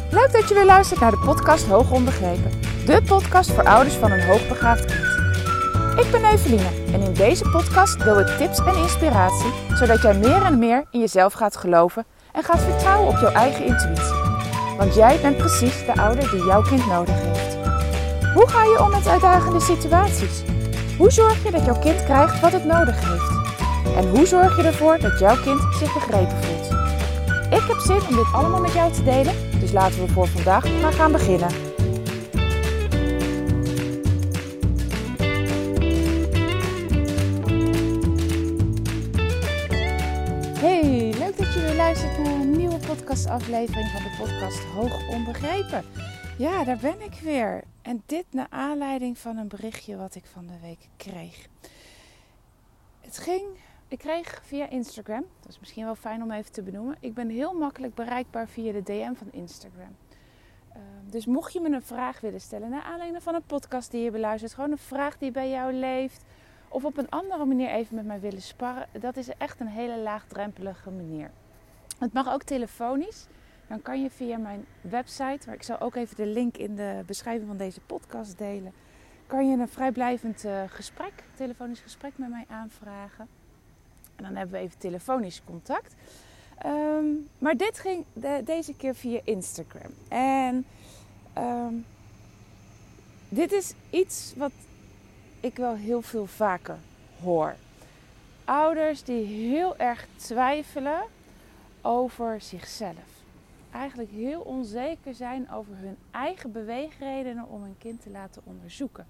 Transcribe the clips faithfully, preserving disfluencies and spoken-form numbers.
Leuk dat je weer luistert naar de podcast Hoog Onbegrepen. De podcast voor ouders van een hoogbegaafd kind. Ik ben Eveline en in deze podcast deel ik tips en inspiratie, zodat jij meer en meer in jezelf gaat geloven en gaat vertrouwen op jouw eigen intuïtie. Want jij bent precies de ouder die jouw kind nodig heeft. Hoe ga je om met uitdagende situaties? Hoe zorg je dat jouw kind krijgt wat het nodig heeft? En hoe zorg je ervoor dat jouw kind zich begrepen voelt? Ik heb zin om dit allemaal met jou te delen, dus laten we voor vandaag maar gaan beginnen. Hey, leuk dat je weer luistert naar een nieuwe podcastaflevering van de podcast Hoog Onbegrepen. Ja, daar ben ik weer. En dit naar aanleiding van een berichtje wat ik van de week kreeg. Het ging... Ik kreeg via Instagram, dat is misschien wel fijn om even te benoemen. Ik ben heel makkelijk bereikbaar via de D M van Instagram. Uh, dus mocht je me een vraag willen stellen naar aanleiding van een podcast die je beluistert, gewoon een vraag die bij jou leeft, of op een andere manier even met mij willen sparren, dat is echt een hele laagdrempelige manier. Het mag ook telefonisch. Dan kan je via mijn website, maar ik zal ook even de link in de beschrijving van deze podcast delen, kan je een vrijblijvend uh, gesprek, telefonisch gesprek met mij aanvragen. En dan hebben we even telefonisch contact. Um, maar dit ging de, deze keer via Instagram. En um, dit is iets wat ik wel heel veel vaker hoor. Ouders die heel erg twijfelen over zichzelf. Eigenlijk heel onzeker zijn over hun eigen beweegredenen om hun kind te laten onderzoeken.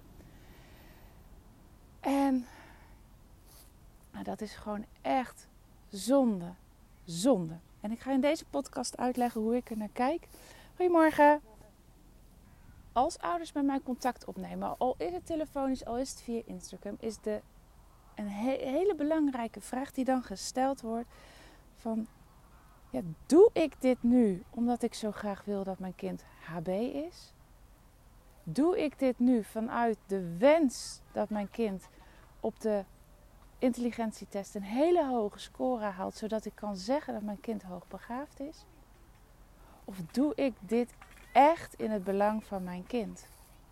En nou, dat is gewoon echt zonde. Zonde. En ik ga in deze podcast uitleggen hoe ik er naar kijk. Goedemorgen. Als ouders met mij contact opnemen, al is het telefonisch, al is het via Instagram, is de een he- hele belangrijke vraag die dan gesteld wordt van, ja, doe ik dit nu omdat ik zo graag wil dat mijn kind H B is? Doe ik dit nu vanuit de wens dat mijn kind op de intelligentietest een hele hoge score haalt, zodat ik kan zeggen dat mijn kind hoogbegaafd is? Of doe ik dit echt in het belang van mijn kind?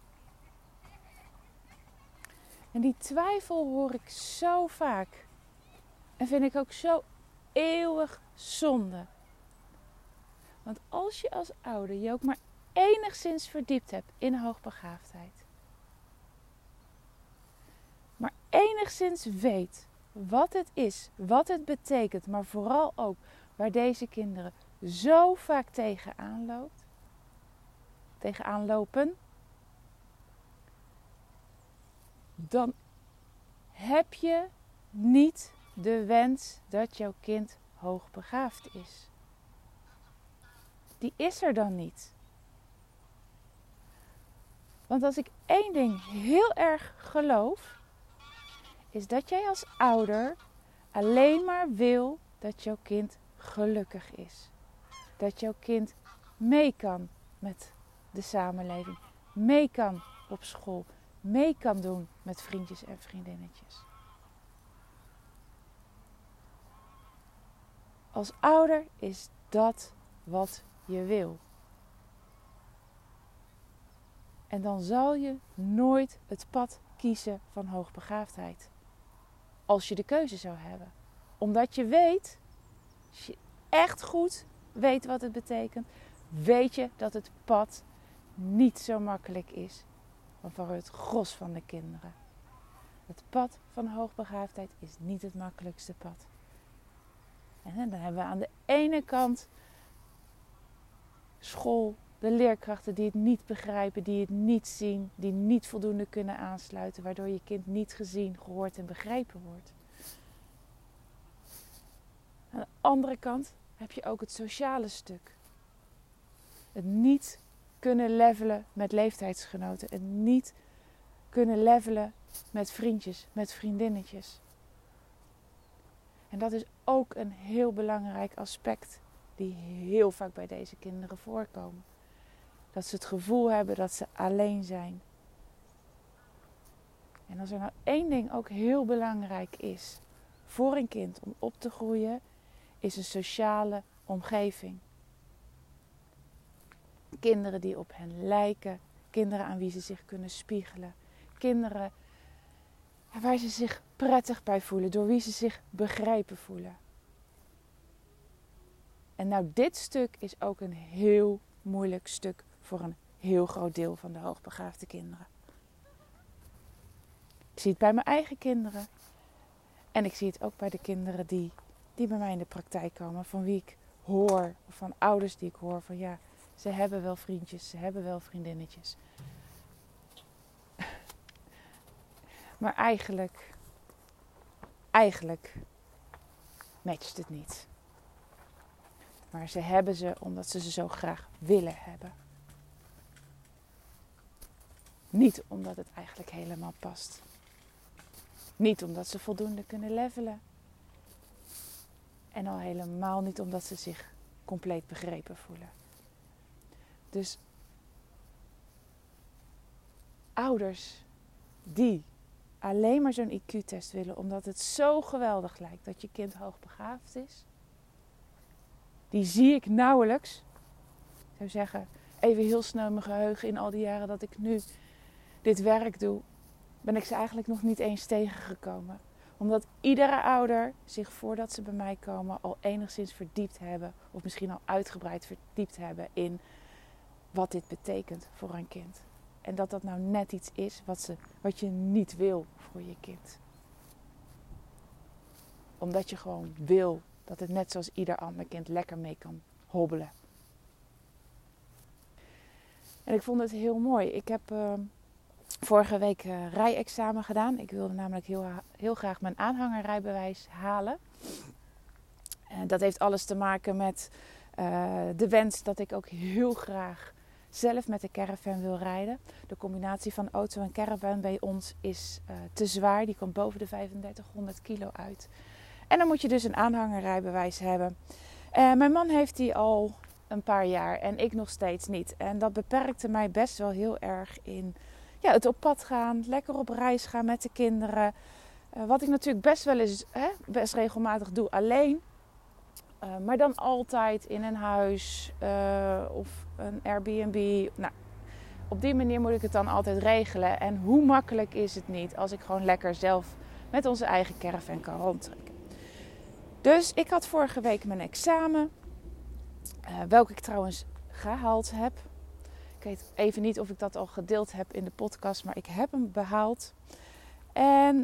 En die twijfel hoor ik zo vaak. En vind ik ook zo eeuwig zonde. Want als je als ouder je ook maar enigszins verdiept hebt in hoogbegaafdheid, maar enigszins weet wat het is, wat het betekent, maar vooral ook waar deze kinderen zo vaak tegenaan loopt, tegenaan lopen, dan heb je niet de wens dat jouw kind hoogbegaafd is. Die is er dan niet. Want als ik één ding heel erg geloof, is dat jij als ouder alleen maar wil dat jouw kind gelukkig is. Dat jouw kind mee kan met de samenleving, mee kan op school, mee kan doen met vriendjes en vriendinnetjes. Als ouder is dat wat je wil. En dan zal je nooit het pad kiezen van hoogbegaafdheid. Als je de keuze zou hebben. Omdat je weet, als je echt goed weet wat het betekent, weet je dat het pad niet zo makkelijk is. Maar voor het gros van de kinderen. Het pad van hoogbegaafdheid is niet het makkelijkste pad. En dan hebben we aan de ene kant school, de leerkrachten die het niet begrijpen, die het niet zien, die niet voldoende kunnen aansluiten, waardoor je kind niet gezien, gehoord en begrepen wordt. Aan de andere kant heb je ook het sociale stuk. Het niet kunnen levelen met leeftijdsgenoten. Het niet kunnen levelen met vriendjes, met vriendinnetjes. En dat is ook een heel belangrijk aspect die heel vaak bij deze kinderen voorkomen. Dat ze het gevoel hebben dat ze alleen zijn. En als er nou één ding ook heel belangrijk is voor een kind om op te groeien, is een sociale omgeving. Kinderen die op hen lijken. Kinderen aan wie ze zich kunnen spiegelen. Kinderen waar ze zich prettig bij voelen. Door wie ze zich begrepen voelen. En nou, dit stuk is ook een heel moeilijk stuk voor een heel groot deel van de hoogbegaafde kinderen. Ik zie het bij mijn eigen kinderen. En ik zie het ook bij de kinderen die, die bij mij in de praktijk komen. Van wie ik hoor, of van ouders die ik hoor van ja, ze hebben wel vriendjes, ze hebben wel vriendinnetjes. Maar eigenlijk, eigenlijk matcht het niet. Maar ze hebben ze omdat ze ze zo graag willen hebben. Niet omdat het eigenlijk helemaal past. Niet omdat ze voldoende kunnen levelen. En al helemaal niet omdat ze zich compleet begrepen voelen. Dus ouders die alleen maar zo'n I Q-test willen omdat het zo geweldig lijkt dat je kind hoogbegaafd is. Die zie ik nauwelijks. Ik zou zeggen, even heel snel mijn geheugen in al die jaren dat ik nu dit werk doe, ben ik ze eigenlijk nog niet eens tegengekomen. Omdat iedere ouder zich voordat ze bij mij komen al enigszins verdiept hebben, of misschien al uitgebreid verdiept hebben in wat dit betekent voor een kind. En dat dat nou net iets is wat, ze, wat je niet wil voor je kind. Omdat je gewoon wil dat het net zoals ieder ander kind lekker mee kan hobbelen. En ik vond het heel mooi. Ik heb uh, vorige week uh, rijexamen gedaan. Ik wilde namelijk heel, heel graag mijn aanhangerrijbewijs halen. En dat heeft alles te maken met uh, de wens dat ik ook heel graag zelf met de caravan wil rijden. De combinatie van auto en caravan bij ons is uh, te zwaar. Die komt boven de vijfendertighonderd kilo uit. En dan moet je dus een aanhangerrijbewijs hebben. Uh, mijn man heeft die al een paar jaar en ik nog steeds niet. En dat beperkte mij best wel heel erg in ja, het op pad gaan, lekker op reis gaan met de kinderen. Uh, wat ik natuurlijk best wel eens, hè, best regelmatig doe alleen. Uh, maar dan altijd in een huis uh, of een Airbnb. Nou, op die manier moet ik het dan altijd regelen. En hoe makkelijk is het niet als ik gewoon lekker zelf met onze eigen caravan kan rondtrekken. Dus ik had vorige week mijn examen. Uh, welke ik trouwens gehaald heb. Ik weet even niet of ik dat al gedeeld heb in de podcast. Maar ik heb hem behaald. En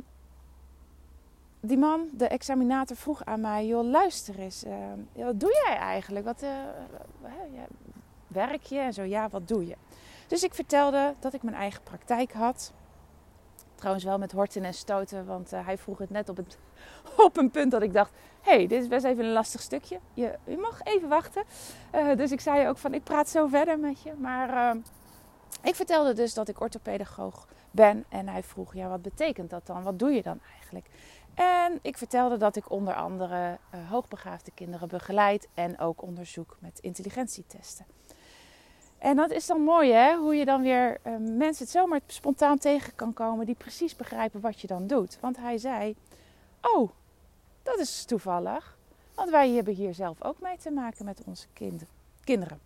die man, de examinator, vroeg aan mij: joh, luister eens. Uh, wat doe jij eigenlijk? Wat uh, uh, ja, werk je? En zo, ja, wat doe je? Dus ik vertelde dat ik mijn eigen praktijk had. Trouwens wel met horten en stoten. Want uh, hij vroeg het net op, het, op een punt dat ik dacht: hé, hey, dit is best even een lastig stukje. Je, je mag even wachten. Uh, dus ik zei ook van, ik praat zo verder met je. Maar uh, ik vertelde dus dat ik orthopedagoog ben. En hij vroeg, ja, wat betekent dat dan? Wat doe je dan eigenlijk? En ik vertelde dat ik onder andere uh, hoogbegaafde kinderen begeleid. En ook onderzoek met intelligentietesten. En dat is dan mooi, hè? Hoe je dan weer uh, mensen het zomaar spontaan tegen kan komen die precies begrijpen wat je dan doet. Want hij zei, oh, dat is toevallig. Want wij hebben hier zelf ook mee te maken met onze kind, kinderen.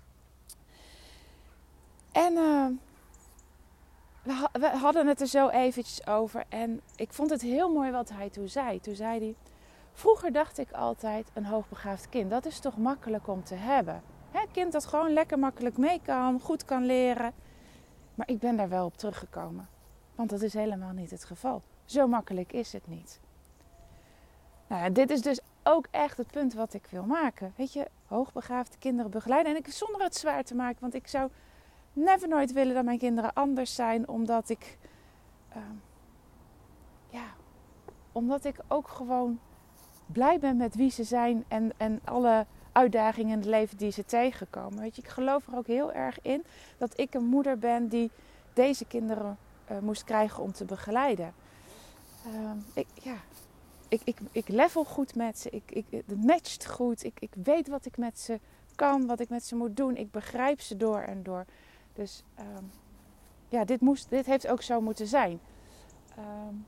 En uh, we, ha- we hadden het er zo eventjes over. En ik vond het heel mooi wat hij toen zei. Toen zei hij, vroeger dacht ik altijd, een hoogbegaafd kind, dat is toch makkelijk om te hebben. Hè, een kind dat gewoon lekker makkelijk mee kan, goed kan leren. Maar ik ben daar wel op teruggekomen. Want dat is helemaal niet het geval. Zo makkelijk is het niet. Nou, dit is dus ook echt het punt wat ik wil maken. Weet je, hoogbegaafde kinderen begeleiden. En ik zonder het zwaar te maken. Want ik zou never nooit willen dat mijn kinderen anders zijn. Omdat ik, uh, ja, omdat ik ook gewoon blij ben met wie ze zijn. En, en alle uitdagingen in het leven die ze tegenkomen. Weet je, ik geloof er ook heel erg in dat ik een moeder ben die deze kinderen uh, moest krijgen om te begeleiden. Uh, ik, ja... Ik, ik, ik level goed met ze. Ik, ik, het matcht goed. Ik, ik weet wat ik met ze kan. Wat ik met ze moet doen. Ik begrijp ze door en door. Dus um, ja, dit, moest, dit heeft ook zo moeten zijn. Um,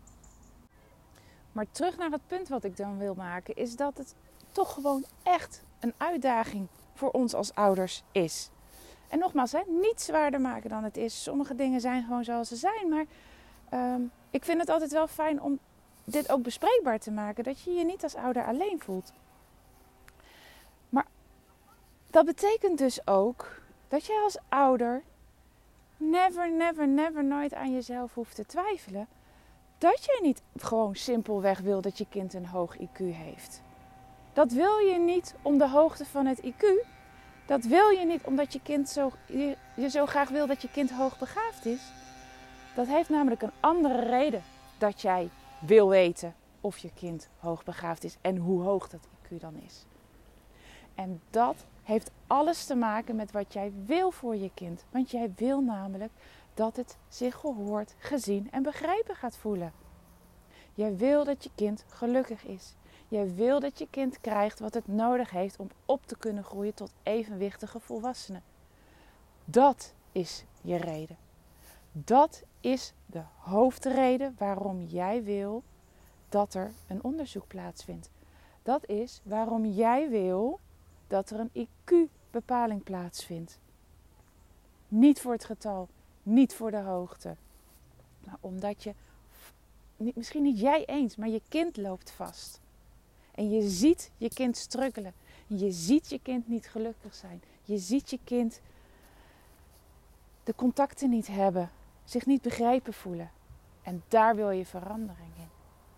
maar terug naar het punt wat ik dan wil maken. Is dat het toch gewoon echt een uitdaging voor ons als ouders is. En nogmaals, hè, niet zwaarder maken dan het is. Sommige dingen zijn gewoon zoals ze zijn. Maar um, ik vind het altijd wel fijn om dit ook bespreekbaar te maken. Dat je je niet als ouder alleen voelt. Maar dat betekent dus ook dat jij als ouder never, never, never nooit aan jezelf hoeft te twijfelen. Dat jij niet gewoon simpelweg wil dat je kind een hoog I Q heeft. Dat wil je niet om de hoogte van het I Q. Dat wil je niet omdat je kind zo, je, je zo graag wil dat je kind hoogbegaafd is. Dat heeft namelijk een andere reden dat jij wil weten of je kind hoogbegaafd is en hoe hoog dat I Q dan is. En dat heeft alles te maken met wat jij wil voor je kind. Want jij wil namelijk dat het zich gehoord, gezien en begrepen gaat voelen. Jij wil dat je kind gelukkig is. Jij wil dat je kind krijgt wat het nodig heeft om op te kunnen groeien tot evenwichtige volwassenen. Dat is je reden. Dat is de hoofdreden waarom jij wil dat er een onderzoek plaatsvindt. Dat is waarom jij wil dat er een I Q-bepaling plaatsvindt. Niet voor het getal, niet voor de hoogte. Maar omdat je, misschien niet jij eens, maar je kind loopt vast. En je ziet je kind struggelen. Je ziet je kind niet gelukkig zijn. Je ziet je kind de contacten niet hebben. Zich niet begrepen voelen. En daar wil je verandering in.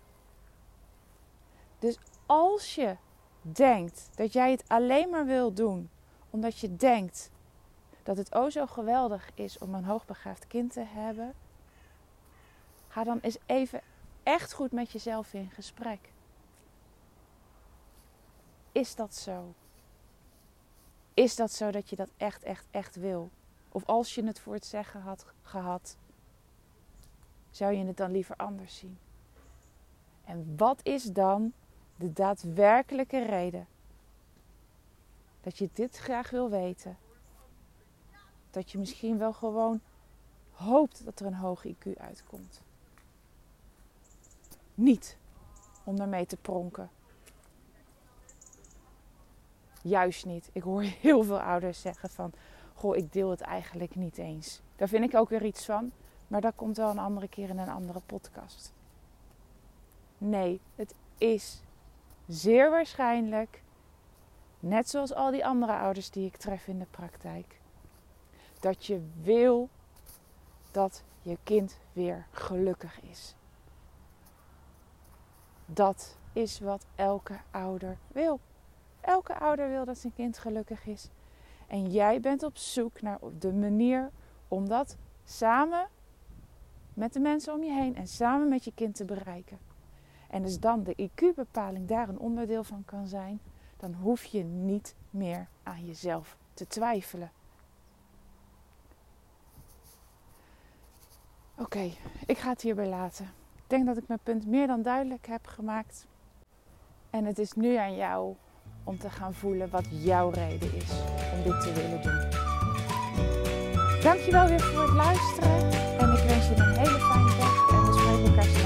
Dus als je denkt dat jij het alleen maar wil doen omdat je denkt dat het o zo geweldig is om een hoogbegaafd kind te hebben, ga dan eens even echt goed met jezelf in gesprek. Is dat zo? Is dat zo dat je dat echt, echt, echt wil? Of als je het voor het zeggen had gehad, zou je het dan liever anders zien? En wat is dan de daadwerkelijke reden dat je dit graag wil weten? Dat je misschien wel gewoon hoopt dat er een hoog I Q uitkomt. Niet om daarmee te pronken. Juist niet. Ik hoor heel veel ouders zeggen van, goh, ik deel het eigenlijk niet eens. Daar vind ik ook weer iets van, maar dat komt wel een andere keer in een andere podcast. Nee, het is zeer waarschijnlijk, net zoals al die andere ouders die ik tref in de praktijk, dat je wil dat je kind weer gelukkig is. Dat is wat elke ouder wil. Elke ouder wil dat zijn kind gelukkig is. En jij bent op zoek naar de manier om dat samen met de mensen om je heen en samen met je kind te bereiken. En als dan de I Q-bepaling daar een onderdeel van kan zijn, dan hoef je niet meer aan jezelf te twijfelen. Oké, okay, ik ga het hierbij laten. Ik denk dat ik mijn punt meer dan duidelijk heb gemaakt. En het is nu aan jou om te gaan voelen wat jouw reden is om dit te willen doen. Dankjewel weer voor het luisteren. En ik wens je een hele fijne dag. En we spreken elkaar snel.